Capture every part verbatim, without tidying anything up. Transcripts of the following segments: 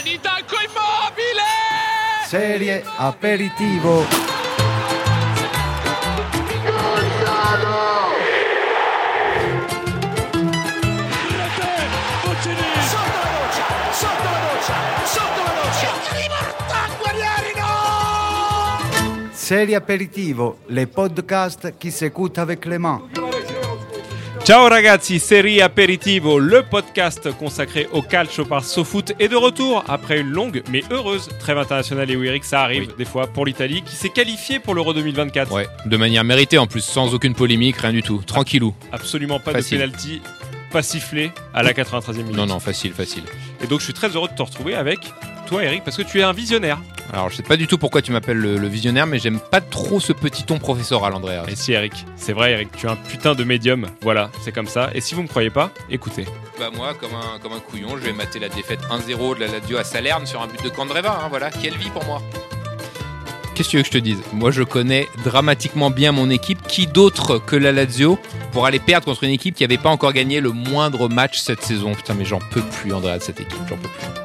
di Talco Immobile! Serie aperitivo. Serie aperitivo, les podcasts qui s'écoutent avec les mains. Ciao ragazzi, Serie Aperitivo, le podcast consacré au calcio par SoFoot est de retour après une longue mais heureuse trêve internationale. Et oui Eric, ça arrive oui. des fois pour l'Italie qui s'est qualifiée pour l'Euro deux mille vingt-quatre. Ouais, de manière méritée en plus, sans aucune polémique, rien du tout, tranquillou. Absolument pas facile. De penalty, pas sifflé à la quatre-vingt-treizième minute. Non, non, facile, facile. Et donc je suis très heureux de te retrouver avec toi Eric, parce que tu es un visionnaire. Alors je sais pas du tout pourquoi tu m'appelles le, le visionnaire, mais j'aime pas trop ce petit ton professoral, Andrea. Et si Eric, c'est vrai Eric, tu es un putain de médium, voilà, c'est comme ça. Et si vous me croyez pas, écoutez. Bah moi, comme un, comme un couillon, je vais mater la défaite un zéro de la Lazio à Salerne sur un but de Candreva, hein, voilà, quelle vie pour moi. Qu'est-ce que tu veux que je te dise ? Moi je connais dramatiquement bien mon équipe, qui d'autre que la Lazio pour aller perdre contre une équipe qui n'avait pas encore gagné le moindre match cette saison. Putain mais j'en peux plus Andrea de cette équipe, j'en peux plus.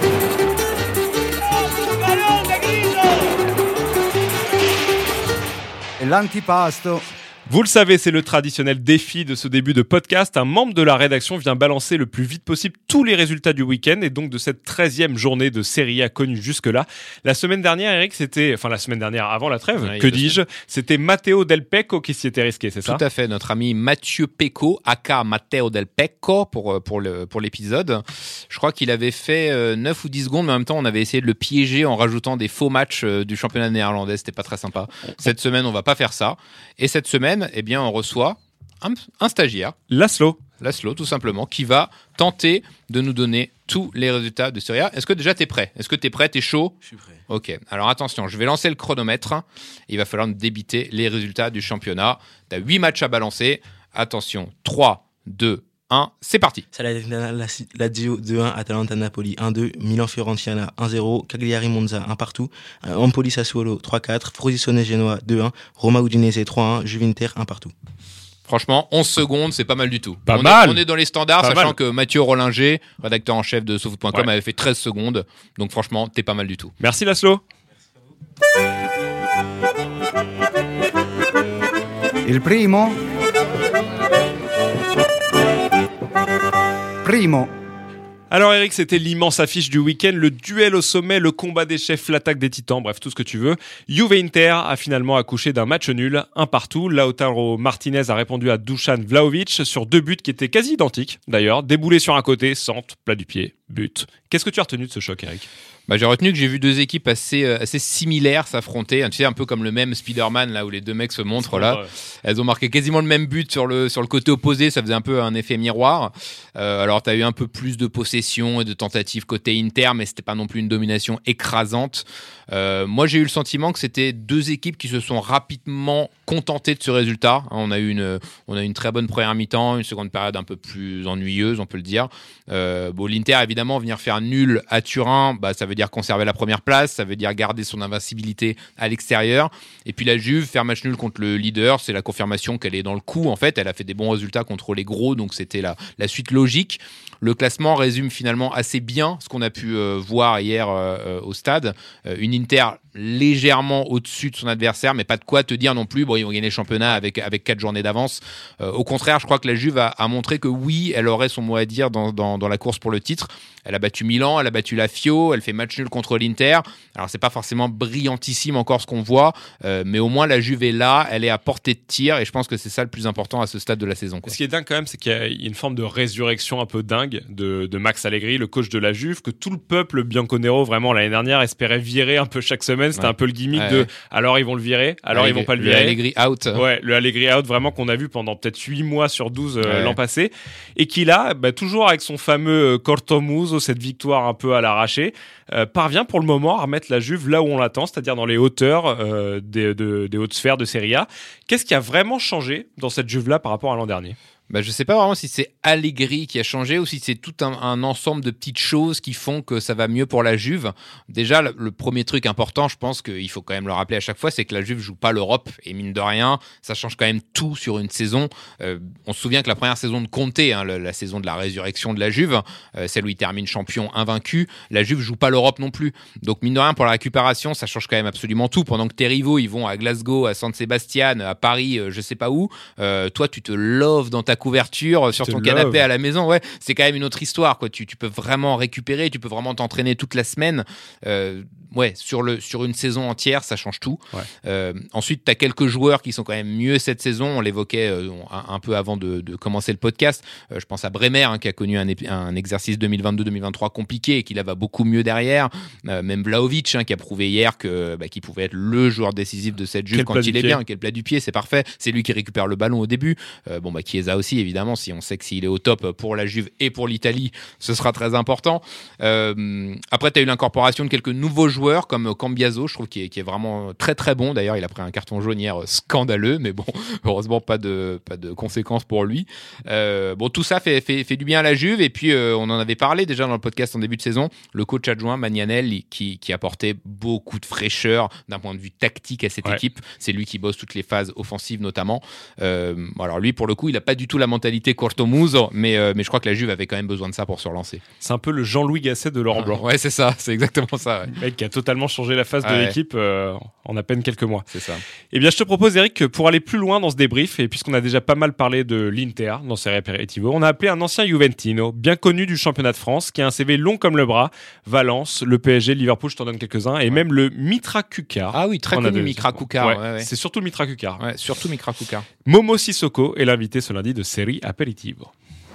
L'antipasto. Vous le savez, c'est le traditionnel défi de ce début de podcast. Un membre de la rédaction vient balancer le plus vite possible tous les résultats du week-end et donc de cette treizième journée de Serie A connue jusque-là. La semaine dernière, Eric, c'était... Enfin, la semaine dernière, avant la trêve, ouais, que dis-je, c'était Matteo Del Pecco qui s'y était risqué, c'est ça ? Tout à fait, notre ami Mathieu Pecco, aka Matteo Del Pecco, pour, pour, le, pour l'épisode. Je crois qu'il avait fait euh, neuf ou dix secondes, mais en même temps, on avait essayé de le piéger en rajoutant des faux matchs euh, du championnat néerlandais. C'était pas très sympa. Cette semaine, on va pas faire ça. Et cette semaine, eh bien, on reçoit un, un stagiaire. Laszlo. Laszlo, tout simplement, qui va tenter de nous donner tous les résultats de Serie A. Est-ce que déjà t'es prêt ? Est-ce que t'es prêt ? T'es chaud ? Je suis prêt. Ok, alors attention, je vais lancer le chronomètre. Il va falloir nous débiter les résultats du championnat. T'as huit matchs à balancer. Attention, trois, deux, un, c'est parti. Salernitana Lazio deux un, Atalanta Napoli un deux, Milan Fiorentina un zéro, Cagliari Monza un partout, Empoli Sassuolo trois quatre, Frosinone Genoa deux un, Roma Udinese trois un, Juve Inter un partout. Franchement, onze secondes, c'est pas mal du tout. Pas on, mal. Est, on est dans les standards, pas sachant mal. que Mathieu Rollinger, rédacteur en chef de SoFoot point com, ouais. avait fait treize secondes. Donc franchement, t'es pas mal du tout. Merci Laszlo. Il primo. Primo. Alors Eric, c'était l'immense affiche du week-end, le duel au sommet, le combat des chefs, l'attaque des titans, bref, tout ce que tu veux. Juve Inter a finalement accouché d'un match nul, un partout. Lautaro Martinez a répondu à Dusan Vlahovic sur deux buts qui étaient quasi identiques, d'ailleurs. Déboulé sur un côté, centre, plat du pied, but. Qu'est-ce que tu as retenu de ce choc, Eric ? Bah, j'ai retenu que j'ai vu deux équipes assez, euh, assez similaires s'affronter. Tu sais, un peu comme le même Spider-Man, là, où les deux mecs se montrent, là. Ouais. Elles ont marqué quasiment le même but sur le, sur le côté opposé. Ça faisait un peu un effet miroir. Euh, alors, t'as eu un peu plus de possession et de tentatives côté Inter, mais c'était pas non plus une domination écrasante. Euh, moi, j'ai eu le sentiment que c'était deux équipes qui se sont rapidement contentées de ce résultat. Hein, on a eu une, on a eu une très bonne première mi-temps, une seconde période un peu plus ennuyeuse, on peut le dire. Euh, bon, l'Inter, évidemment, venir faire nul à Turin, bah, ça veut dire conserver la première place, ça veut dire garder son invincibilité à l'extérieur. Et puis la Juve, faire match nul contre le leader, c'est la confirmation qu'elle est dans le coup. En fait, elle a fait des bons résultats contre les gros, donc c'était la, la suite logique. Le classement résume finalement assez bien ce qu'on a pu euh, voir hier euh, au stade. Euh, une Inter légèrement au-dessus de son adversaire, mais pas de quoi te dire non plus, bon, ils vont gagner le championnat avec, avec quatre journées d'avance. Euh, au contraire, je crois que la Juve a, a montré que oui, elle aurait son mot à dire dans, dans, dans la course pour le titre. Elle a battu Milan, elle a battu la Fio, elle fait match nul contre l'Inter. Alors, c'est pas forcément brillantissime encore ce qu'on voit, euh, mais au moins la Juve est là, elle est à portée de tir, et je pense que c'est ça le plus important à ce stade de la saison, quoi. Ce qui est dingue quand même, c'est qu'il y a une forme de résurrection un peu dingue de, de Max Allegri, le coach de la Juve, que tout le peuple bianconero, vraiment, l'année dernière, espérait virer un peu chaque semaine. C'était ouais. un peu le gimmick ouais, de ouais. alors ils vont le virer, alors Allegri, ils vont pas le le virer. Allegri out. Ouais, le Allegri out, vraiment, qu'on a vu pendant peut-être huit mois sur douze euh, ouais. l'an passé. Et qui là, bah, toujours avec son fameux Cortomuso, cette victoire un peu à l'arraché, euh, parvient pour le moment à remettre la Juve là où on l'attend, c'est-à-dire dans les hauteurs euh, des, de, des hautes sphères de Serie A. Qu'est-ce qui a vraiment changé dans cette Juve-là par rapport à l'an dernier ? Bah, je sais pas vraiment si c'est Allegri qui a changé ou si c'est tout un, un ensemble de petites choses qui font que ça va mieux pour la Juve. Déjà, le, le premier truc important, je pense qu'il faut quand même le rappeler à chaque fois, c'est que la Juve joue pas l'Europe. Et mine de rien, ça change quand même tout sur une saison. Euh, on se souvient que la première saison de Conte, hein, la, la saison de la résurrection de la Juve, euh, celle où il termine champion invaincu, la Juve joue pas l'Europe non plus. Donc mine de rien, pour la récupération, ça change quand même absolument tout. Pendant que tes rivaux, ils vont à Glasgow, à San Sebastian, à Paris, euh, je sais pas où, euh, toi, tu te loves dans ta couverture sur ton canapé à la maison, ouais, c'est quand même une autre histoire, quoi. Tu, tu peux vraiment récupérer, tu peux vraiment t'entraîner toute la semaine. Euh, ouais, sur, le, sur une saison entière, ça change tout. Ouais. Euh, ensuite, tu as quelques joueurs qui sont quand même mieux cette saison. On l'évoquait euh, un, un peu avant de, de commencer le podcast. Euh, je pense à Bremer, hein, qui a connu un, un exercice deux mille vingt-deux deux mille vingt-trois compliqué et qui là va beaucoup mieux derrière. Euh, même Vlahovic, hein, qui a prouvé hier que, bah, qu'il pouvait être le joueur décisif de cette Juve quand il est pied. bien. Quel plat du pied, c'est parfait. C'est lui qui récupère le ballon au début. Euh, bon, bah, Chiesa aussi, évidemment. Si on sait que s'il est au top pour la Juve et pour l'Italie, ce sera très important. Euh, après, tu as eu l'incorporation de quelques nouveaux joueurs comme Cambiaso, je trouve qu'il est, qui est vraiment très très bon. D'ailleurs, il a pris un carton jaune hier scandaleux, mais bon, heureusement pas de pas de conséquences pour lui. Euh, bon, tout ça fait fait fait du bien à la Juve. Et puis euh, on en avait parlé déjà dans le podcast en début de saison. Le coach adjoint Magnanel qui qui apportait beaucoup de fraîcheur d'un point de vue tactique à cette ouais. équipe. C'est lui qui bosse toutes les phases offensives notamment. Euh, alors lui, pour le coup, il a pas du tout la mentalité Cortomuso, mais, euh, mais je crois que la Juve avait quand même besoin de ça pour se relancer. C'est un peu le Jean-Louis Gasset de Laurent Blanc. Ouais, c'est ça, c'est exactement ça. Ouais. Le mec qui a totalement changé la face ah de ouais. l'équipe euh, en à peine quelques mois. C'est ça. Eh bien, je te propose, Eric, que pour aller plus loin dans ce débrief, et puisqu'on a déjà pas mal parlé de l'Inter dans Serie Aperitivo, on a appelé un ancien Juventino, bien connu du championnat de France, qui a un C V long comme le bras. Valence, le P S G, Liverpool, je t'en donne quelques-uns, et ouais. même le Mitra Kukar. Ah oui, très connu, Mitra Kukar. Ouais, ouais, ouais. C'est surtout Mitra Kukar. Ouais, surtout Mitra Kukar. Momo Sissoko est l'invité ce lundi de Serie Aperitivo.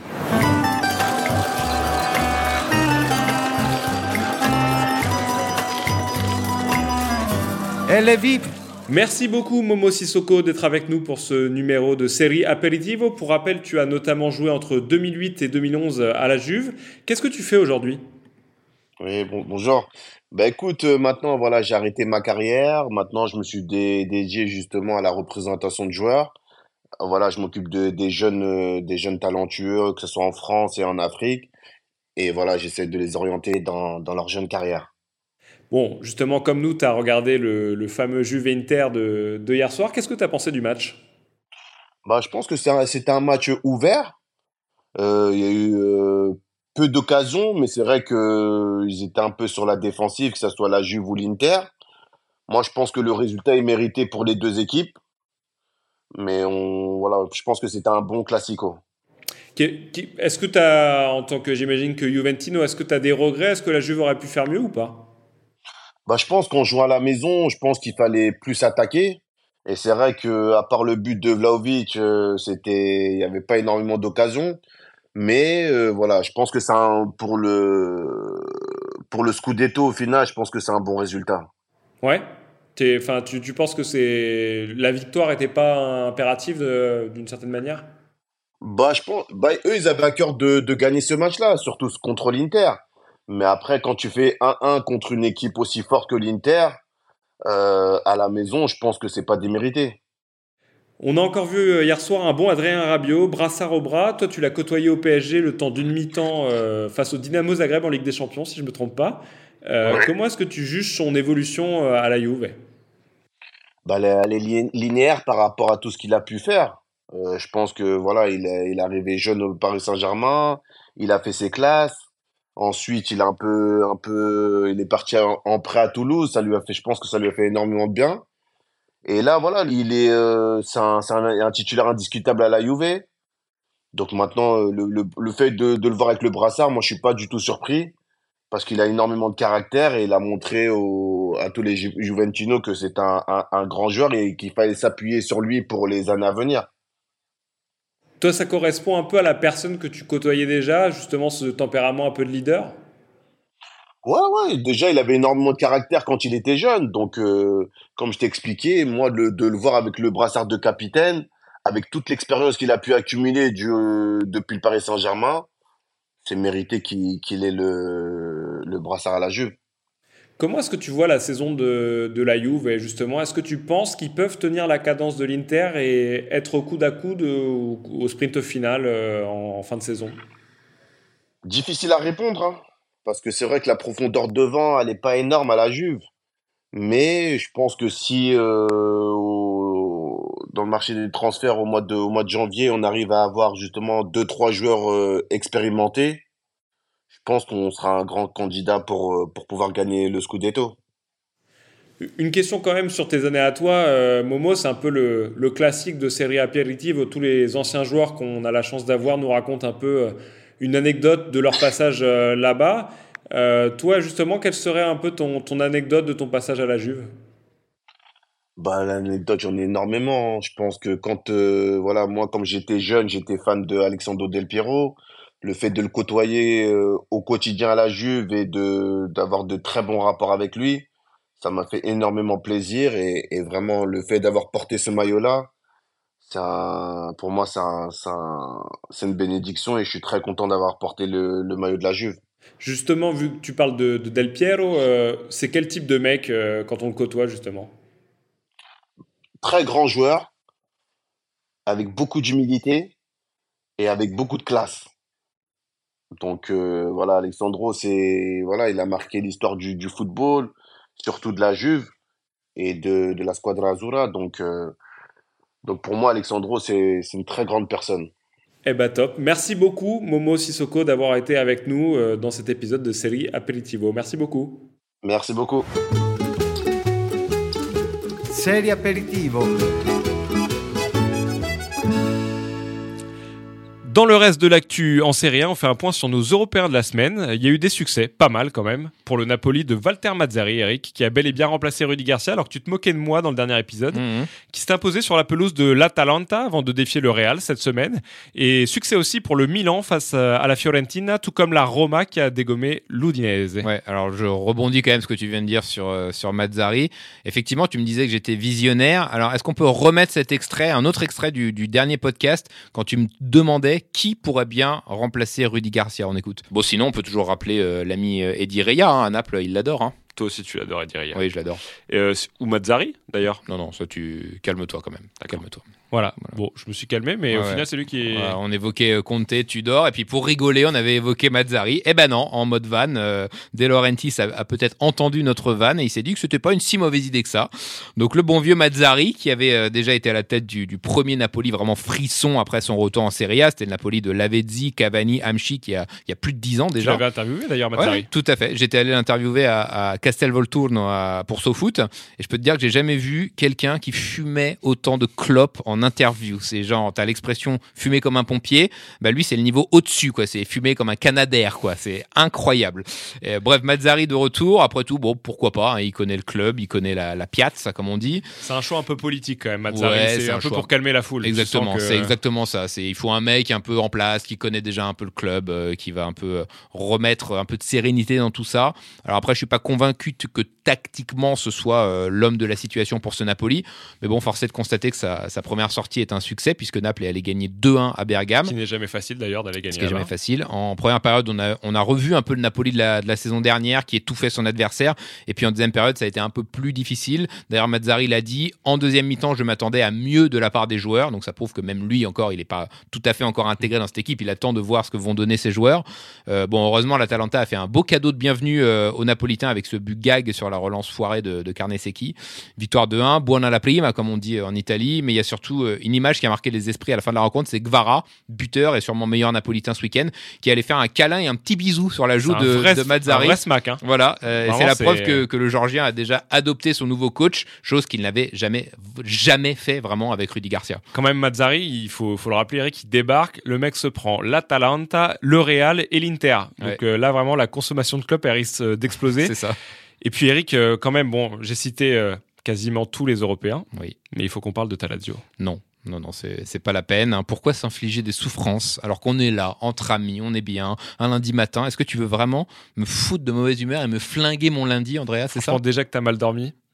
Elle est vive. Merci beaucoup Momo Sissoko d'être avec nous pour ce numéro de Serie Aperitivo. Pour rappel, tu as notamment joué entre deux mille huit et deux mille onze à la Juve. Qu'est-ce que tu fais aujourd'hui ? Oui, bon, bonjour. Bah écoute, euh, maintenant voilà, j'ai arrêté ma carrière. Maintenant, je me suis dé- dédié justement à la représentation de joueurs. Euh, Voilà, je m'occupe de, des jeunes, euh, des jeunes talentueux, que ce soit en France et en Afrique. Et voilà, j'essaie de les orienter dans, dans leur jeune carrière. Bon, justement, comme nous, tu as regardé le, le fameux Juve-Inter de, de hier soir. Qu'est-ce que tu as pensé du match ? Bah, je pense que c'est un- c'était un match ouvert. Euh, Il y a eu euh, peu d'occasions, mais c'est vrai que euh, ils étaient un peu sur la défensive, que ce soit la Juve ou l'Inter. Moi, je pense que le résultat est mérité pour les deux équipes, mais on, voilà, je pense que c'était un bon classico. Qui- qui- Est-ce que tu as, en tant que, j'imagine que Juventino, est-ce que tu as des regrets ? Est-ce que la Juve aurait pu faire mieux ou pas ? Bah, je pense qu'on joue à la maison, je pense qu'il fallait plus attaquer. Et c'est vrai que à part le but de Vlahovic, euh, c'était, il n'y avait pas énormément d'occasions. Mais euh, voilà, je pense que c'est un, pour le pour le Scudetto au final, je pense que c'est un bon résultat. Ouais. T'es- Enfin, tu, tu penses que c'est la victoire n'était pas impérative de- d'une certaine manière ? Bah, je pense, bah, eux, ils avaient à cœur de, de gagner ce match-là, surtout contre l'Inter. Mais après, quand tu fais un un contre une équipe aussi forte que l'Inter, euh, à la maison, je pense que c'est pas démérité. On a encore vu euh, hier soir un bon Adrien Rabiot, brassard au bras. Toi, tu l'as côtoyé au P S G le temps d'une mi-temps euh, face au Dynamo Zagreb en Ligue des Champions, si je ne me trompe pas. Euh, Ouais. comment est-ce que tu juges son évolution euh, à la Juve ? Bah, elle est elle est li- linéaire par rapport à tout ce qu'il a pu faire. Euh, je pense que voilà, il est, il est arrivé jeune au Paris Saint-Germain, il a fait ses classes. Ensuite, il a un peu, un peu, il est parti en, en prêt à Toulouse. Ça lui a fait, je pense que ça lui a fait énormément de bien. Et là, voilà, il est, euh, c'est un, c'est un, un titulaire indiscutable à la Juve. Donc maintenant, euh, le, le, le fait de, de le voir avec le brassard, moi, je suis pas du tout surpris parce qu'il a énormément de caractère et il a montré au, à tous les Ju- Juventinos que c'est un, un, un grand joueur et qu'il fallait s'appuyer sur lui pour les années à venir. Toi, ça correspond un peu à la personne que tu côtoyais déjà, justement ce tempérament un peu de leader ? Ouais, ouais, déjà, il avait énormément de caractère quand il était jeune. Donc, euh, comme je t'ai expliqué, moi, de, de le voir avec le brassard de capitaine, avec toute l'expérience qu'il a pu accumuler du, euh, depuis le Paris Saint-Germain, c'est mérité qu'il qu'il ait le, le brassard à la Juve. Comment est-ce que tu vois la saison de, de la Juve, et justement? Est-ce que tu penses qu'ils peuvent tenir la cadence de l'Inter et être au coude à coude au, au sprint final euh, en, en fin de saison? Difficile à répondre, hein, parce que c'est vrai que la profondeur devant, elle n'est pas énorme à la Juve. Mais je pense que si euh, au- dans le marché des transferts au mois de, au mois de janvier, on arrive à avoir justement deux, trois joueurs euh, expérimentés, je pense qu'on sera un grand candidat pour, euh, pour pouvoir gagner le Scudetto. Une question quand même sur tes années à toi, euh, Momo, c'est un peu le, le classique de série apéritive où tous les anciens joueurs qu'on a la chance d'avoir nous racontent un peu euh, une anecdote de leur passage euh, là-bas. Euh, toi, justement, quelle serait un peu ton, ton anecdote de ton passage à la Juve? Bah, l'anecdote, j'en ai énormément, hein. Je pense que quand, euh, voilà, moi, comme j'étais jeune, j'étais fan de Alessandro Del Piero. Le fait de le côtoyer euh, au quotidien à la Juve et de d'avoir de très bons rapports avec lui, ça m'a fait énormément plaisir. Et, et vraiment, le fait d'avoir porté ce maillot-là, c'est un, pour moi, c'est un, c'est un- c'est une bénédiction et je suis très content d'avoir porté le, le maillot de la Juve. Justement, vu que tu parles de, de Del Piero, euh, c'est quel type de mec euh, quand on le côtoie, justement? Très grand joueur, avec beaucoup d'humilité et avec beaucoup de classe. Donc euh, voilà, Alexandro, c'est voilà, il a marqué l'histoire du, du football, surtout de la Juve et de, de la Squadra Azzurra. Donc, euh, donc pour moi, Alexandro, c'est c'est une très grande personne. Eh ben top. Merci beaucoup, Momo Sissoko, d'avoir été avec nous euh, dans cet épisode de série Aperitivo. Merci beaucoup. Merci beaucoup. Serie aperitivo. Dans le reste de l'actu en Serie A, on fait un point sur nos Européens de la semaine. Il y a eu des succès, pas mal quand même, pour le Napoli de Walter Mazzarri, Eric, qui a bel et bien remplacé Rudy Garcia, alors que tu te moquais de moi dans le dernier épisode, Mmh. qui s'est imposé sur la pelouse de l'Atalanta avant de défier le Real cette semaine. Et succès aussi pour le Milan face à la Fiorentina, tout comme la Roma qui a dégommé l'Udinese. Ouais, alors je rebondis quand même ce que tu viens de dire sur, euh, sur Mazzarri. Effectivement, tu me disais que j'étais visionnaire. Alors, est-ce qu'on peut remettre cet extrait, un autre extrait du, du dernier podcast, quand tu me demandais qui pourrait bien remplacer Rudy Garcia? On écoute. Bon, sinon, on peut toujours rappeler euh, l'ami euh, Eddie Reia, hein, à Naples, il l'adore. Hein. Toi aussi, tu l'adores, Eddie. Oui, je l'adore. Euh, ou Mazzarri, d'ailleurs. Non, non, ça, tu calme-toi quand même. Calme-toi. Voilà. Voilà. Bon, je me suis calmé, mais Ouais, au ouais. final, c'est lui qui est... Voilà, on évoquait euh, Conte, Tudor, et puis pour rigoler, on avait évoqué Mazzarri. Eh ben non, en mode van, euh, De Laurentiis a, a peut-être entendu notre van et il s'est dit que c'était pas une si mauvaise idée que ça. Donc le bon vieux Mazzarri, qui avait euh, déjà été à la tête du, du premier Napoli vraiment frisson après son retour en Serie A, c'était le Napoli de Lavezzi, Cavani, Hamsik, il y a, il y a plus de dix ans Tu déjà. l'avais interviewé, d'ailleurs, Mazzarri. Ouais, tout à fait. J'étais allé l'interviewer à, à Castelvolturno à- pour SoFoot et je peux te dire que j'ai jamais vu quelqu'un qui fumait autant de clopes en interview. C'est genre, t'as l'expression fumer comme un pompier, bah lui c'est le niveau au-dessus, quoi. C'est fumer comme un canadair, quoi. C'est incroyable. Et, bref, Mazzarri de retour. Après tout, bon, pourquoi pas, hein. Il connaît le club, il connaît la, la piazza, comme on dit. C'est un choix un peu politique, quand même, Mazzarri. Ouais, c'est, c'est un, un peu choix. pour calmer la foule. Tu Exactement, sens que- c'est exactement ça. C'est, il faut un mec un peu en place, qui connaît déjà un peu le club, euh, qui va un peu euh, remettre un peu de sérénité dans tout ça. Alors après, je suis pas convaincu t- que tactiquement ce soit euh, l'homme de la situation pour ce Napoli, mais bon, force est de constater que sa, sa première sortie est un succès puisque Naples est allé gagner deux un à Bergame. Qui n'est jamais facile, d'ailleurs, d'aller gagner Ce qui est là-bas. jamais facile. En première période, on a, on a revu un peu le Napoli de la, de la saison dernière qui étouffait son adversaire. Et puis en deuxième période, ça a été un peu plus difficile. D'ailleurs, Mazzarri l'a dit. En deuxième mi-temps, je m'attendais à mieux de la part des joueurs. Donc ça prouve que même lui, encore, il n'est pas tout à fait encore intégré dans cette équipe. Il attend de voir ce que vont donner ses joueurs. Euh, bon, heureusement, l'Atalanta a fait un beau cadeau de bienvenue euh, aux Napolitains avec ce but gag sur la relance foirée de, de Carnesecchi. Victoire deux un. Buona la prima, comme on dit en Italie. Mais il y a surtout euh, une image qui a marqué les esprits à la fin de la rencontre. C'est Gvara, buteur et sûrement meilleur napolitain ce week-end, qui allait faire un câlin et un petit bisou sur la joue C'est un de, vrai- de Mazzarri. Un vrai smack, hein. Voilà, euh, et Vraiment, c'est la c'est- preuve que, que le Georgien a déjà adopté son nouveau coach, chose qu'il n'avait jamais, jamais fait vraiment avec Rudy Garcia. Quand même, Mazzarri, il faut, faut le rappeler, Eric, il débarque, le mec se prend l'Atalanta, le Real et l'Inter. Donc Ouais. euh, là, vraiment, la consommation de clubs, elle risque euh, d'exploser. C'est ça. Et puis, Eric, euh, quand même, bon, j'ai cité euh, quasiment tous les Européens, Oui. mais il faut qu'on parle de Talazzio. Non. Non, non, c'est, c'est pas la peine. hein. Pourquoi s'infliger des souffrances alors qu'on est là, entre amis, on est bien, un lundi matin? Est-ce que tu veux vraiment me foutre de mauvaise humeur et me flinguer mon lundi, Andrea? C'est Je ça? pense déjà que t'as mal dormi.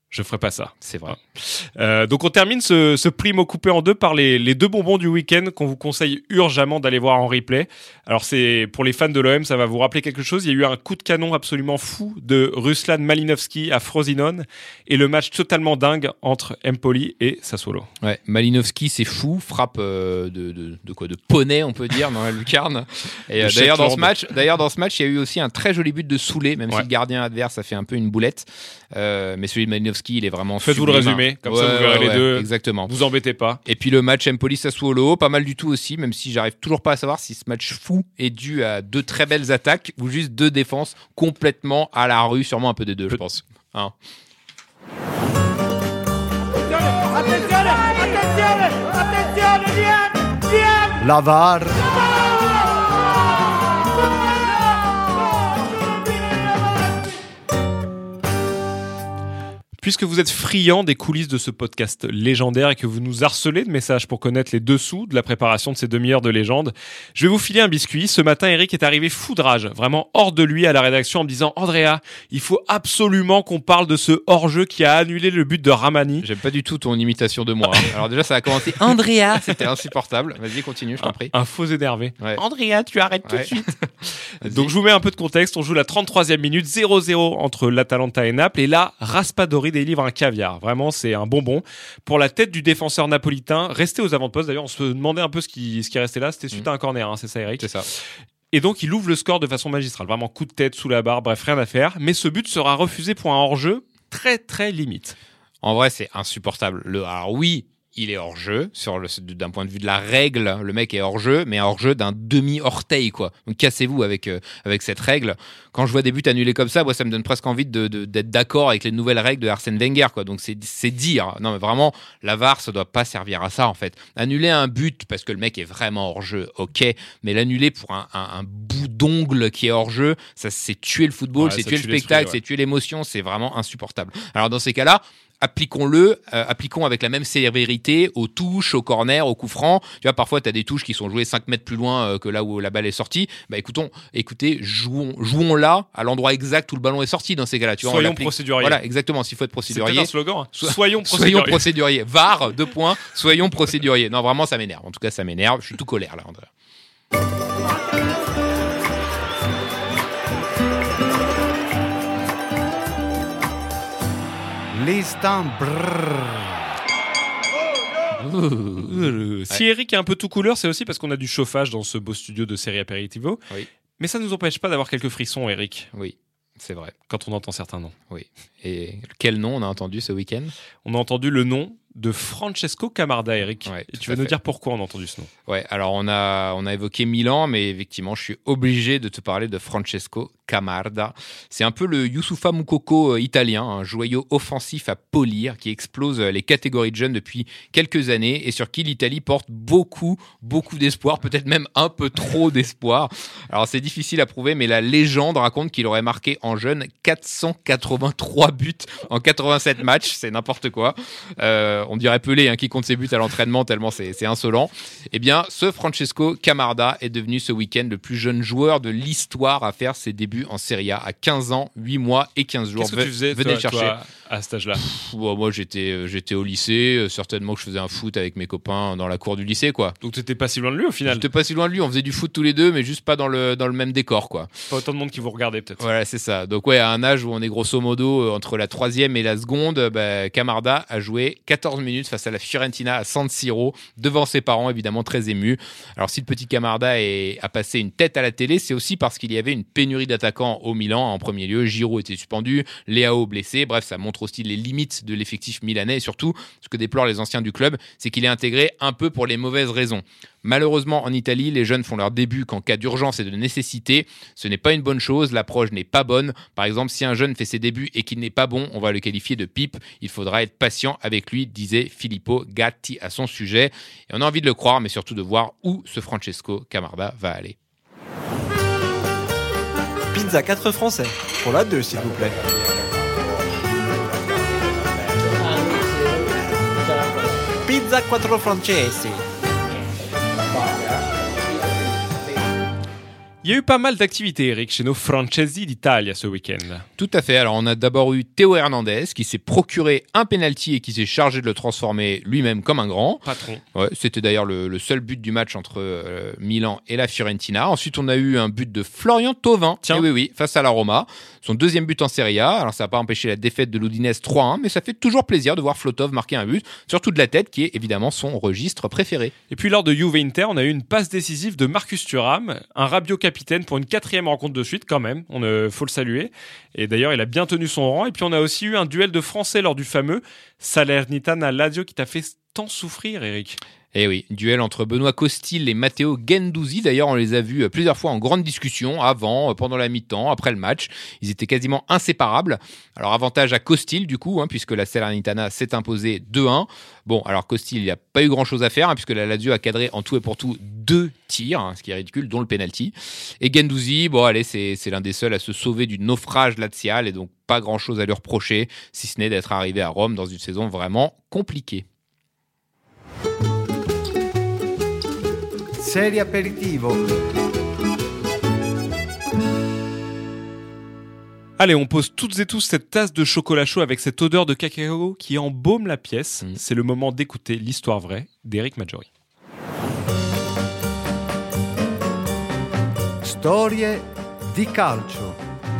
Je ferai pas ça. C'est vrai. Euh, donc on termine ce, ce primo coupé en deux par les, les deux bonbons du week-end qu'on vous conseille urgemment d'aller voir en replay. Alors c'est pour les fans de l'O M, ça va vous rappeler quelque chose. Il y a eu un coup de canon absolument fou de Ruslan Malinovski à Frosinone et le match totalement dingue entre Empoli et Sassuolo. Ouais, Malinovski c'est fou, frappe euh, de, de, de quoi, de poney on peut dire dans la lucarne. Et euh, d'ailleurs dans ce match, d'ailleurs dans ce match, il y a eu aussi un très joli but de Soulé, même ouais. si le gardien adverse a fait un peu une boulette. Euh, mais celui de Malinovski il est vraiment faites-vous le résumé comme ouais, ça vous verrez ouais, les deux exactement, vous embêtez pas. Et puis le match Empoli-Sassuolo pas mal du tout aussi, même si j'arrive toujours pas à savoir si ce match fou est dû à deux très belles attaques ou juste deux défenses complètement à la rue, sûrement un peu des deux je pense hein. Attenzione, attenzione, attenzione, Diane, Diane. La V A R. Puisque vous êtes friands des coulisses de ce podcast légendaire et que vous nous harcelez de messages pour connaître les dessous de la préparation de ces demi-heures de légende, je vais vous filer un biscuit. Ce matin, Eric est arrivé foudrage, vraiment hors de lui à la rédaction en me disant « Andrea, il faut absolument qu'on parle de ce hors-jeu qui a annulé le but de Ramani. » J'aime pas du tout ton imitation de moi. Hein. Alors déjà, ça a commencé « Andrea !» C'était insupportable. Vas-y, continue, je t'en prie. Un, un faux énervé. Ouais. « Andrea, tu arrêtes tout ouais. de suite. » Donc je vous mets un peu de contexte. On joue la trente-troisième minute, zéro zéro entre l'Atalanta et Naples. Et là, Raspadori délivre un caviar. Vraiment, c'est un bonbon. Pour la tête du défenseur napolitain, resté aux avant-postes. D'ailleurs, on se demandait un peu ce qui, ce qui restait là. C'était suite mmh. à un corner, hein, c'est ça, Eric ? C'est ça. Et donc, il ouvre le score de façon magistrale. Vraiment, coup de tête, sous la barre, bref, rien à faire. Mais ce but sera refusé pour un hors-jeu très, très limite. En vrai, c'est insupportable. Le, alors oui, il est hors-jeu, sur le, d'un point de vue de la règle, le mec est hors-jeu, mais hors-jeu d'un demi-orteil, quoi. Donc cassez-vous avec, euh, avec cette règle. Quand je vois des buts annulés comme ça, moi, ça me donne presque envie de, de, d'être d'accord avec les nouvelles règles de Arsène Wenger, quoi. Donc c'est, c'est dire. Non, mais vraiment, la V A R, ça doit pas servir à ça, en fait. Annuler un but parce que le mec est vraiment hors-jeu, ok, mais l'annuler pour un, un, un bout d'ongle qui est hors-jeu, ça, c'est tuer le football, ouais, c'est tuer le spectacle, ouais. c'est tuer l'émotion, c'est vraiment insupportable. Alors dans ces cas-là, appliquons-le, euh, appliquons avec la même sévérité aux touches, aux corners, aux coups francs. Tu vois, parfois, tu as des touches qui sont jouées cinq mètres plus loin euh, que là où la balle est sortie. Bah, écoutons, écoutez, jouons, jouons là, à l'endroit exact où le ballon est sorti dans ces cas-là. Tu vois, soyons procéduriers. Voilà, exactement, s'il faut être procédurier. C'est peut-être un slogan. Hein. So- soyons procéduriers. Soyons procéduriers. V A R, deux points, soyons procéduriers. Non, vraiment, ça m'énerve. En tout cas, ça m'énerve. Je suis tout colère, là, André. L'instant brrr. Si Eric est un peu tout couleur, c'est aussi parce qu'on a du chauffage dans ce beau studio de Série Aperitivo. Oui. Mais ça ne nous empêche pas d'avoir quelques frissons, Eric. Oui, c'est vrai. Quand on entend certains noms. Oui. Et quel nom on a entendu ce week-end ? On a entendu le nom de Francesco Camarda, Eric. Ouais, et tu vas nous dire pourquoi on a entendu ce nom. Ouais, alors on a, on a évoqué Milan, mais effectivement, je suis obligé de te parler de Francesco Camarda. C'est un peu le Youssoufa Moukoko italien, un joyau offensif à polir qui explose les catégories de jeunes depuis quelques années et sur qui l'Italie porte beaucoup, beaucoup d'espoir, peut-être même un peu trop d'espoir. Alors c'est difficile à prouver, mais la légende raconte qu'il aurait marqué en jeune quatre cent quatre-vingt-trois buts en quatre-vingt-sept matchs, c'est n'importe quoi. Euh, on dirait Pelé hein, qui compte ses buts à l'entraînement tellement c'est, c'est insolent. Eh bien, ce Francesco Camarda est devenu ce week-end le plus jeune joueur de l'histoire à faire ses débuts en Serie A à quinze ans, huit mois et quinze jours. Qu'est-ce que tu faisais, Venez toi, chercher. Toi, à cet âge-là? Pff, bon, moi, j'étais, j'étais au lycée. Certainement que je faisais un foot avec mes copains dans la cour du lycée, quoi. Donc, t'étais pas si loin de lui, au final? J'étais pas si loin de lui. On faisait du foot tous les deux, mais juste pas dans le, dans le même décor, quoi. Pas autant de monde qui vous regardait, peut-être. Voilà, c'est ça. Donc, ouais, à un âge où on est grosso modo entre la troisième et la seconde, bah, Camarda a joué quatorze minutes face à la Fiorentina à San Siro, devant ses parents, évidemment très émus. Alors, si le petit Camarda est, a passé une tête à la télé, c'est aussi parce qu'il y avait une pénurie d'attaquants au Milan. En premier lieu, Giroud était suspendu, Leao blessé. Bref, ça montre aussi les limites de l'effectif milanais. Et surtout, ce que déplorent les anciens du club, c'est qu'il est intégré un peu pour les mauvaises raisons. Malheureusement, en Italie, les jeunes font leur début qu'en cas d'urgence et de nécessité. Ce n'est pas une bonne chose, l'approche n'est pas bonne. Par exemple, si un jeune fait ses débuts et qu'il n'est pas bon, on va le qualifier de pipe. Il faudra être patient avec lui, disait Filippo Gatti à son sujet. Et on a envie de le croire, mais surtout de voir où ce Francesco Camarda va aller. Pizza quatre français, pour la deux s'il vous plaît. Pizza quattro francesi. Il y a eu pas mal d'activités, Eric, chez nos Francesi d'Italia ce week-end. Tout à fait. Alors, on a d'abord eu Théo Hernandez qui s'est procuré un penalty et qui s'est chargé de le transformer lui-même comme un grand. Patron. Ouais, c'était d'ailleurs le, le seul but du match entre euh, Milan et la Fiorentina. Ensuite, on a eu un but de Florian Thauvin. Tiens. Eh oui, oui, face à la Roma. Son deuxième but en Serie A. Alors, ça n'a pas empêché la défaite de l'Udinese trois un, mais ça fait toujours plaisir de voir Flotov marquer un but, surtout de la tête, qui est évidemment son registre préféré. Et puis lors de Juve Inter, on a eu une passe décisive de Marcus Thuram, un Rabiot capitaine pour une quatrième rencontre de suite quand même, on euh, faut le saluer. Et d'ailleurs, il a bien tenu son rang. Et puis on a aussi eu un duel de Français lors du fameux Salernitana-Lazio qui t'a fait tant souffrir, Eric. Eh oui, duel entre Benoît Costil et Matteo Guendouzi. D'ailleurs, on les a vus plusieurs fois en grande discussion, avant, pendant la mi-temps, après le match. Ils étaient quasiment inséparables. Alors, avantage à Costil, du coup, hein, puisque la Salernitana s'est imposée deux un. Bon, alors Costil, il n'y a pas eu grand-chose à faire, hein, puisque la Lazio a cadré en tout et pour tout deux tirs, hein, ce qui est ridicule, dont le penalty. Et Guendouzi, bon, allez, c'est, c'est l'un des seuls à se sauver du naufrage lazial, et donc pas grand-chose à lui reprocher, si ce n'est d'être arrivé à Rome dans une saison vraiment compliquée. Serie aperitivo. Allez, on pose toutes et tous cette tasse de chocolat chaud avec cette odeur de cacao qui embaume la pièce. Mmh. C'est le moment d'écouter l'histoire vraie d'Eric Maggiori. Storie di calcio.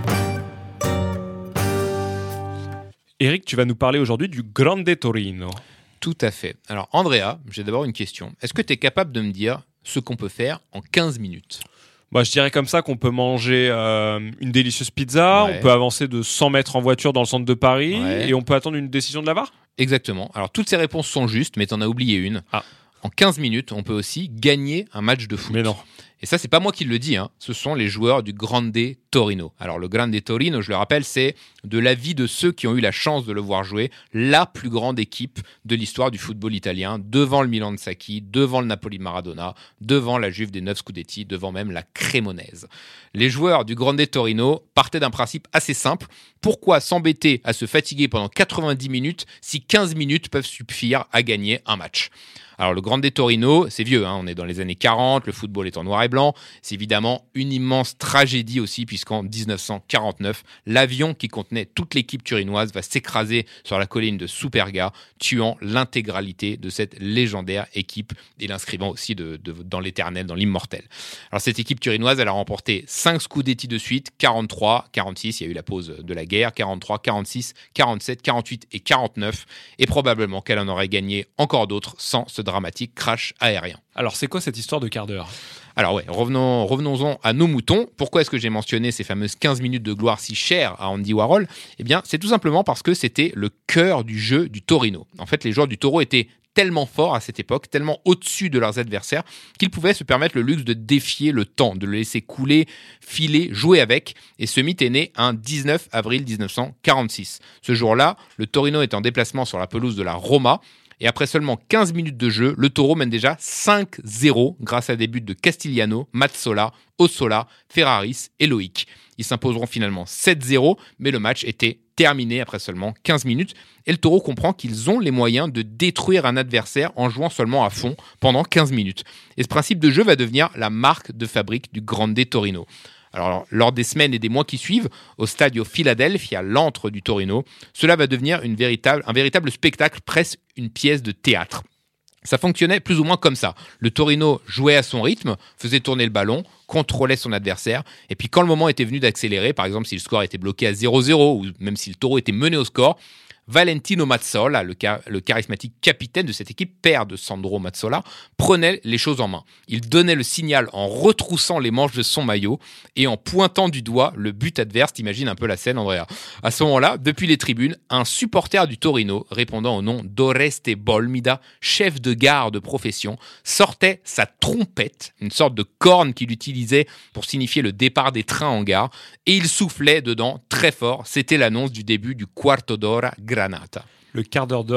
Eric, tu vas nous parler aujourd'hui du Grande Torino. Tout à fait. Alors, Andrea, j'ai d'abord une question. Est-ce que tu es capable de me dire ce qu'on peut faire en quinze minutes ? Bah, je dirais comme ça qu'on peut manger euh, une délicieuse pizza, ouais. On peut avancer de cent mètres en voiture dans le centre de Paris, ouais. Et on peut attendre une décision de la V A R ? Exactement. Alors, toutes ces réponses sont justes, mais tu en as oublié une. Ah. En quinze minutes, on peut aussi gagner un match de foot. Mais non. Et ça, c'est pas moi qui le dis, hein. Ce sont les joueurs du Grande Torino. Alors, le Grande Torino, je le rappelle, c'est de l'avis de ceux qui ont eu la chance de le voir jouer, la plus grande équipe de l'histoire du football italien, devant le Milan de Sacchi, devant le Napoli de Maradona, devant la Juve des neuf Scudetti, devant même la Cremonese. Les joueurs du Grande Torino partaient d'un principe assez simple. Pourquoi s'embêter à se fatiguer pendant quatre-vingt-dix minutes si quinze minutes peuvent suffire à gagner un match ? Alors, le Grande Torino, c'est vieux, hein, on est dans les années quarante, le football est en noir et blanc. C'est évidemment une immense tragédie aussi, puisqu'en dix-neuf cent quarante-neuf, l'avion qui contenait toute l'équipe turinoise va s'écraser sur la colline de Superga, tuant l'intégralité de cette légendaire équipe et l'inscrivant aussi de, de, dans l'éternel, dans l'immortel. Alors, cette équipe turinoise, elle a remporté cinq Scudetti de suite, quarante-trois, quarante-six, il y a eu la pause de la guerre, quarante-trois, quarante-six, quarante-sept, quarante-huit et quarante-neuf, et probablement qu'elle en aurait gagné encore d'autres sans ce dramatique crash aérien. Alors, c'est quoi cette histoire de quart d'heure ? Alors ouais, revenons, revenons-en à nos moutons. Pourquoi est-ce que j'ai mentionné ces fameuses quinze minutes de gloire si chères à Andy Warhol ? Eh bien, c'est tout simplement parce que c'était le cœur du jeu du Torino. En fait, les joueurs du Toro étaient tellement forts à cette époque, tellement au-dessus de leurs adversaires, qu'ils pouvaient se permettre le luxe de défier le temps, de le laisser couler, filer, jouer avec. Et ce mythe est né un dix-neuf avril dix-neuf cent quarante-six. Ce jour-là, le Torino est en déplacement sur la pelouse de la Roma. Et après seulement quinze minutes de jeu, le Toro mène déjà cinq zéro grâce à des buts de Castigliano, Mazzola, Ossola, Ferraris et Loïc. Ils s'imposeront finalement sept zéro, mais le match était terminé après seulement quinze minutes. Et le Toro comprend qu'ils ont les moyens de détruire un adversaire en jouant seulement à fond pendant quinze minutes. Et ce principe de jeu va devenir la marque de fabrique du Grande Torino. Alors, lors des semaines et des mois qui suivent, au Stadio Philadelphia, l'antre du Torino, cela va devenir une véritable, un véritable spectacle, presque une pièce de théâtre. Ça fonctionnait plus ou moins comme ça. Le Torino jouait à son rythme, faisait tourner le ballon, contrôlait son adversaire, et puis quand le moment était venu d'accélérer, par exemple si le score était bloqué à zéro zéro, ou même si le Toro était mené au score, Valentino Mazzola, le, car- le charismatique capitaine de cette équipe, père de Sandro Mazzola, prenait les choses en main. Il donnait le signal en retroussant les manches de son maillot et en pointant du doigt le but adverse. T'imagines un peu la scène, Andrea. À ce moment-là, depuis les tribunes, un supporter du Torino, répondant au nom d'Oreste Bolmida, chef de gare de profession, sortait sa trompette, une sorte de corne qu'il utilisait pour signifier le départ des trains en gare, et il soufflait dedans très fort. C'était l'annonce du début du Quarto d'Ora Granata. Le quart d'heure d'or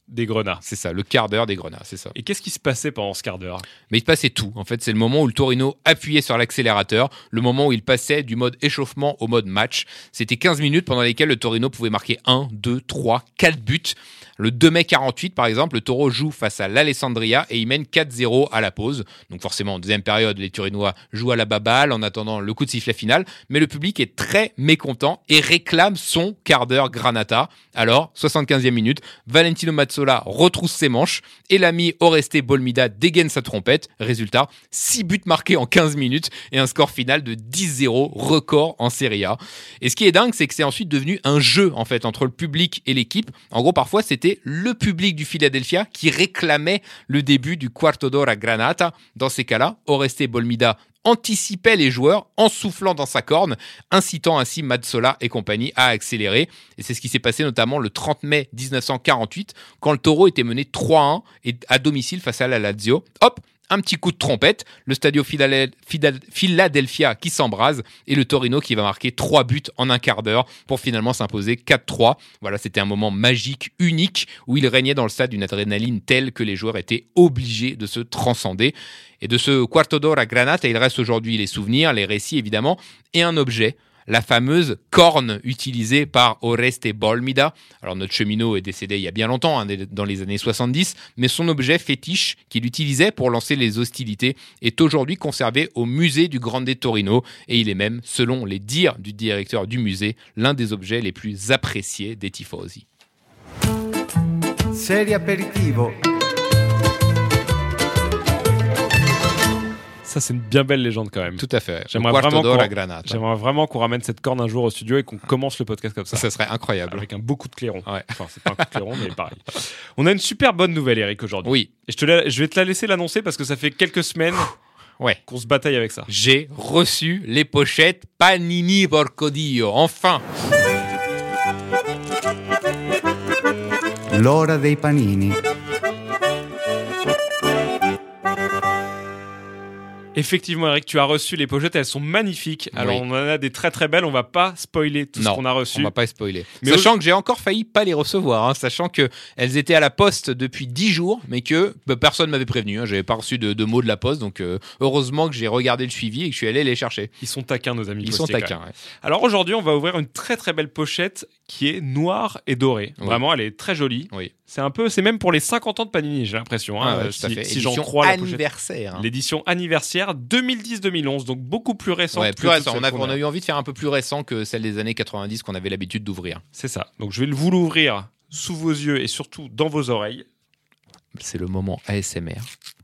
des Grenats. C'est ça, le quart d'heure des Grenats, c'est ça. Et qu'est-ce qui se passait pendant ce quart d'heure ? Mais il se passait tout. En fait, c'est le moment où le Torino appuyait sur l'accélérateur, le moment où il passait du mode échauffement au mode match. C'était quinze minutes pendant lesquelles le Torino pouvait marquer un, deux, trois, quatre buts. Le deux mai quarante-huit, par exemple, le Toro joue face à l'Alessandria et il mène quatre zéro à la pause. Donc forcément, en deuxième période, les Turinois jouent à la baballe en attendant le coup de sifflet final. Mais le public est très mécontent et réclame son quart d'heure Granata. Alors, soixante-quinzième minute, Valentino Mazzola retrousse ses manches et l'ami Oreste Bolmida dégaine sa trompette. Résultat, six buts marqués en quinze minutes et un score final de dix zéro, record en Serie A. Et ce qui est dingue, c'est que c'est ensuite devenu un jeu en fait entre le public et l'équipe. En gros, parfois, c'était le public du Philadelphia qui réclamait le début du quarto d'ora Granata. Dans ces cas-là, Oreste Bolmida anticipait les joueurs en soufflant dans sa corne, incitant ainsi Mazzola et compagnie à accélérer. Et c'est ce qui s'est passé notamment le trente mai dix-neuf cent quarante-huit, quand le Toro était mené trois à un et à domicile face à la Lazio. Hop, un petit coup de trompette, le Stadio Philadelphia qui s'embrase et le Torino qui va marquer trois buts en un quart d'heure pour finalement s'imposer quatre trois. Voilà, c'était un moment magique, unique, où il régnait dans le stade une adrénaline telle que les joueurs étaient obligés de se transcender. Et de ce quarto d'ora Granata, il reste aujourd'hui les souvenirs, les récits évidemment, et un objet, la fameuse corne utilisée par Oreste Bolmida. Alors notre cheminot est décédé il y a bien longtemps, hein, dans les années soixante-dix, mais son objet fétiche qu'il utilisait pour lancer les hostilités est aujourd'hui conservé au musée du Grande Torino, et il est même, selon les dires du directeur du musée, l'un des objets les plus appréciés des tifosi. Serie aperitivo. Ça, c'est une bien belle légende quand même. Tout à fait. J'aimerais vraiment, qu'on... J'aimerais vraiment qu'on ramène cette corne un jour au studio et qu'on commence le podcast comme ça. Ça, ça serait incroyable. Avec un beau coup de clairon. Ouais. Enfin, c'est pas un coup de clairon, mais pareil. On a une super bonne nouvelle, Eric, aujourd'hui. Oui. Et je, te la... je vais te la laisser l'annoncer parce que ça fait quelques semaines ouais. qu'on se bataille avec ça. J'ai reçu les pochettes Panini Porco Dio. Enfin. L'ora dei panini. Effectivement, Eric, tu as reçu les pochettes, elles sont magnifiques. Alors, oui. on en a des très très belles, on va pas spoiler tout non, ce qu'on a reçu. on va pas spoiler. Mais sachant au... que j'ai encore failli pas les recevoir, hein, sachant que elles étaient à la poste depuis dix jours, mais que bah, personne m'avait prévenu. Hein, j'avais pas reçu de, de mots de la poste, donc euh, heureusement que j'ai regardé le suivi et que je suis allé les chercher. Ils sont taquins, nos amis. Ils sont taquins. Ouais. Alors aujourd'hui, on va ouvrir une très très belle pochette qui est noire et dorée. Oui. Vraiment, elle est très jolie. Oui. C'est un peu, c'est même pour les cinquante ans de Panini, j'ai l'impression. Hein, ah ouais, si, tout à fait. si j'en Édition crois la anniversaire. Hein. L'édition anniversaire deux mille dix deux mille onze, donc beaucoup plus récente. Ouais, que plus récent. On a, qu'on on a eu envie de faire un peu plus récent que celle des années quatre-vingt-dix qu'on avait l'habitude d'ouvrir. C'est ça. Donc je vais vous l'ouvrir sous vos yeux et surtout dans vos oreilles. C'est le moment A S M R.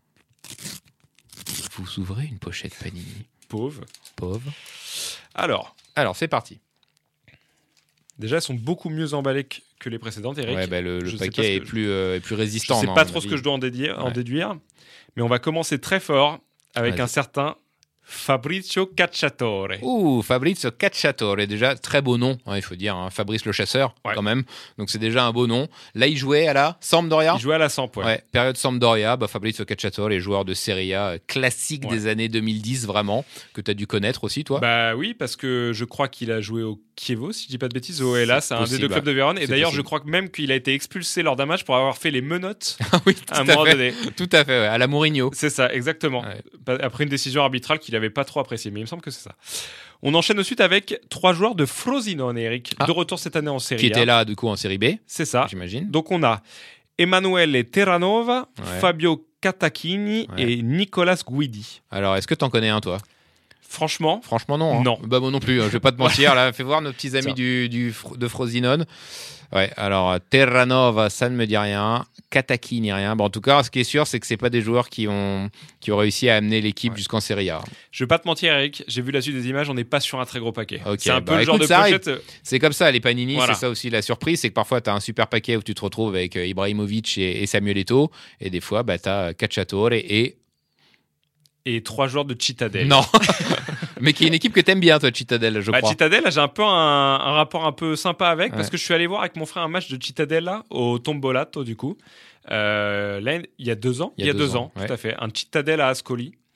Vous ouvrez une pochette Panini. Pauvre. Pauvre. Alors. Alors, c'est parti. Déjà, elles sont beaucoup mieux emballées que les précédentes, Eric. Ouais, bah, le, le je paquet est, je... plus, euh, est plus résistant. Je sais non, pas trop ce que je dois en déduire, ouais. en déduire, mais on va commencer très fort avec Vas-y. un certain Fabrizio Cacciatore. Ouh, Fabrizio Cacciatore, déjà très beau nom, hein, il faut dire, hein, Fabrice le chasseur, ouais. quand même. Donc c'est déjà un beau nom. Là, il jouait à la Sampdoria. Il jouait à la Samp, ouais. ouais. Période Sampdoria, bah, Fabrizio Cacciatore, les joueurs de Serie A classique ouais. des années deux mille dix, vraiment, que tu as dû connaître aussi, toi. Bah oui, parce que je crois qu'il a joué au Chievo, si je dis pas de bêtises, au Hellas, c'est un des deux clubs de Vérone. Et d'ailleurs, possible. je crois que même qu'il a été expulsé lors d'un match pour avoir fait les menottes Ah oui, tout à un à moment fait. donné. Tout à fait, ouais, à la Mourinho. C'est ça, exactement. Ouais. Après une décision arbitrale qu'il n'avait pas trop appréciée, mais il me semble que c'est ça. On enchaîne ensuite avec trois joueurs de Frosinone, Eric, ah. de retour cette année en Serie Qui A. était là, du coup, en Série B. C'est ça. J'imagine. Donc on a Emanuele Terranova, Ouais. Fabio Catacchini Ouais. et Nicolas Guidi. Alors, est-ce que t'en connais un, toi? Franchement, Franchement, non. Hein. Non. Bah, moi non plus, hein, je vais pas te mentir. Là, fais voir nos petits amis Tiens. du, du, de Frosinone. Ouais, alors, Terranova, ça ne me dit rien. Kataki, ni rien. Bon, en tout cas, ce qui est sûr, c'est que c'est pas des joueurs qui ont, qui ont réussi à amener l'équipe ouais. jusqu'en Serie A. Je vais pas te mentir, Eric, j'ai vu la suite des images, on n'est pas sur un très gros paquet. Okay, c'est un bah, peu le genre écoute, de pochette. Arrive. C'est comme ça, les Panini, voilà. C'est ça aussi la surprise, c'est que parfois tu as un super paquet où tu te retrouves avec euh, Ibrahimovic et, et Samuel Eto'o, et des fois, bah, tu as Cacciatore et. Et trois joueurs de Cittadel. Non, mais qui est une équipe que t'aimes bien, toi, Cittadel, je bah, crois. Cittadel, j'ai un peu un, un rapport un peu sympa avec, ouais. parce que je suis allé voir avec mon frère un match de Cittadel là, au Tombolato, du coup. Euh, là, il y a deux ans. Il y a, il y a deux, deux ans, ans ouais. Tout à fait. Un Cittadel à Ascoli.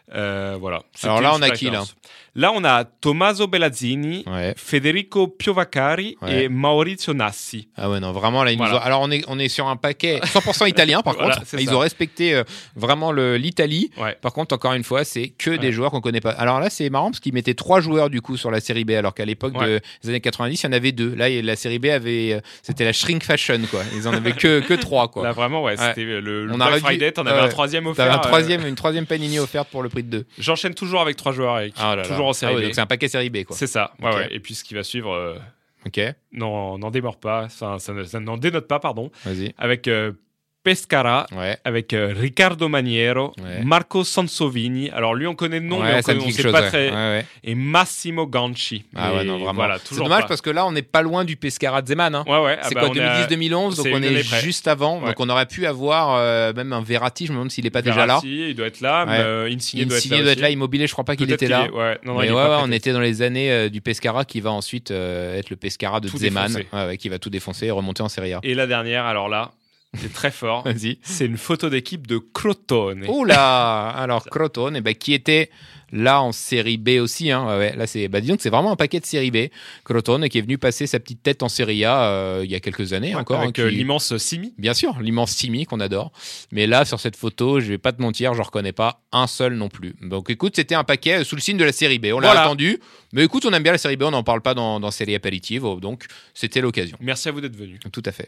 Euh, voilà. C'était Alors là, une on a super qui, là expérience. Là, on a Tommaso Bellazzini, Ouais. Federico Piovacari Ouais. et Maurizio Nassi. Ah ouais, non, vraiment, là, ils Voilà. nous ont- alors on est, on est sur un paquet cent pour cent italien, par Voilà, contre. c'est Ils ça. ont respecté euh, vraiment le, l'Italie. Ouais. Par contre, encore une fois, c'est que Ouais. des joueurs qu'on connaît pas. Alors là, c'est marrant parce qu'ils mettaient trois joueurs du coup sur la série B, alors qu'à l'époque Ouais. de- des années quatre-vingt-dix, il y en avait deux. Là, il- la série B avait, euh, c'était la shrink fashion, quoi. Ils en avaient que, que trois, quoi. Là, vraiment, ouais, Ouais. c'était le, le On Black aurait dû- Friday, t'en avais ouais. un troisième offert. T'avais un euh, troisième, une troisième panini offerte pour le prix de deux. J'enchaîne toujours avec trois joueurs, Eric. Ah là là. Toujours en série Ah ouais, B. donc c'est un paquet série B, quoi. C'est ça, ouais, Ok. ouais. Et puis ce qui va suivre, euh, Ok, non, n'en démord pas, enfin, ça, ne- ça n'en dénote pas, pardon. vas-y. Avec euh, Pescara, Ouais. avec euh, Riccardo Maniero, Ouais. Marco Sansovini. Alors lui, on connaît le nom, Ouais, mais on, ça me connaît, on dit sait quelque pas chose, très. ouais. Ouais, ouais. Et Massimo Ganci. Ah ouais, Mais non, vraiment. Voilà, C'est toujours dommage pas. parce que là, on n'est pas loin du Pescara de Zeman. Hein. Ouais, ouais. ah C'est bah, quoi, on deux mille dix deux mille onze, donc c'est on une est année près. juste avant. Ouais. Donc on aurait pu avoir euh, même un Verratti, je me demande s'il n'est pas déjà là. Verratti, il doit être là, mais Ouais. euh, Insigne doit être Insigne là. doit être aussi. là, Immobilier, je crois pas qu'il Peut-être était là. est- Ouais, non, non, Mais il est ouais, pas ouais, prêté. on était dans les années euh, du Pescara qui va ensuite euh, être le Pescara de Tout Zeman, défoncer. ouais, ouais, qui va tout défoncer et remonter en Serie A. Et la dernière, alors là, c'est très fort. Vas-y. C'est une photo d'équipe de Crotone. Oula. Alors Crotone, eh ben, qui était là en série B aussi. Hein. Ouais, ouais, là, c'est, bah, disons que c'est vraiment un paquet de série B. Crotone qui est venu passer sa petite tête en Série A euh, il y a quelques années Ouais, encore. avec hein, euh, qui- l'immense Simi. Bien sûr, l'immense Simi qu'on adore. Mais là, sur cette photo, je vais pas te mentir, je reconnais pas un seul non plus. Donc écoute, c'était un paquet euh, sous le signe de la série B. On l'a Voilà. attendu. Mais écoute, on aime bien la série B, on n'en parle pas dans, dans Série Aperitivo. Donc c'était l'occasion. Merci à vous d'être venus. Tout à fait.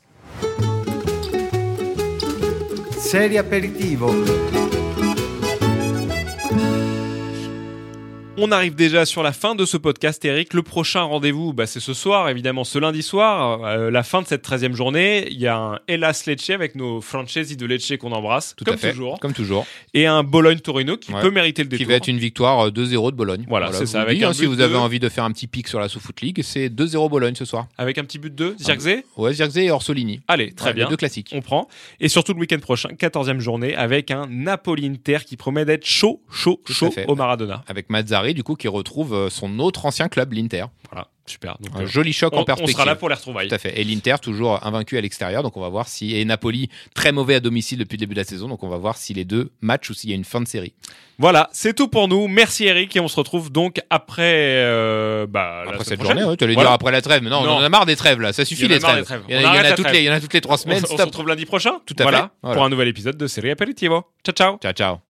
Serie aperitivo. On arrive déjà sur la fin de ce podcast, Eric. Le prochain rendez-vous, bah, c'est ce soir, évidemment, ce lundi soir, euh, la fin de cette treizième journée. Il y a un Hellas Lecce avec nos Francesi de Lecce qu'on embrasse, Tout comme à fait. toujours, Comme toujours. et un Bologne-Torino qui Ouais. peut mériter le détour. Qui va être une victoire euh, deux zéro de Bologne. Voilà, c'est je ça, vous le avec dis, un hein, si but vous de- avez envie de faire un petit pic sur la sous-foot league, c'est deux zéro Bologne ce soir. Avec un petit but de Zirkzee. Ouais, Zirkzee et Orsolini. Allez, très Ouais, bien. Les deux classiques. On prend. Et surtout le week-end prochain, quatorzième journée, avec un Napoli-Inter qui promet d'être chaud, chaud, Tout à chaud fait. au Maradona. Avec Mazzari, du coup, qui retrouve euh, son autre ancien club, l'Inter. Voilà, super. Donc, Un euh, joli choc on, en on perspective. sera là pour les retrouvailles. Tout à fait. Et l'Inter, toujours invaincu à l'extérieur. Donc, on va voir si. Et Napoli, très mauvais à domicile depuis le début de la saison. Donc, on va voir si les deux matchent ou s'il y a une fin de série. Voilà, c'est tout pour nous. Merci Eric et on se retrouve donc après, euh, bah, la Après semaine cette prochaine. journée, ouais, tu allais Voilà. dire après la trêve. Mais non, Non. on en a marre des trêves, là. Ça Il suffit, y en a les marre trêves. des trêves. Il y en On a, il y en arrête a la toutes trêve. les, il y en a toutes les trois On, semaines. se- on se Stop. retrouve lundi prochain. Tout à voilà, fait. Voilà. Pour un nouvel épisode de Série Aperitivo. Ciao, ciao. Ciao, ciao.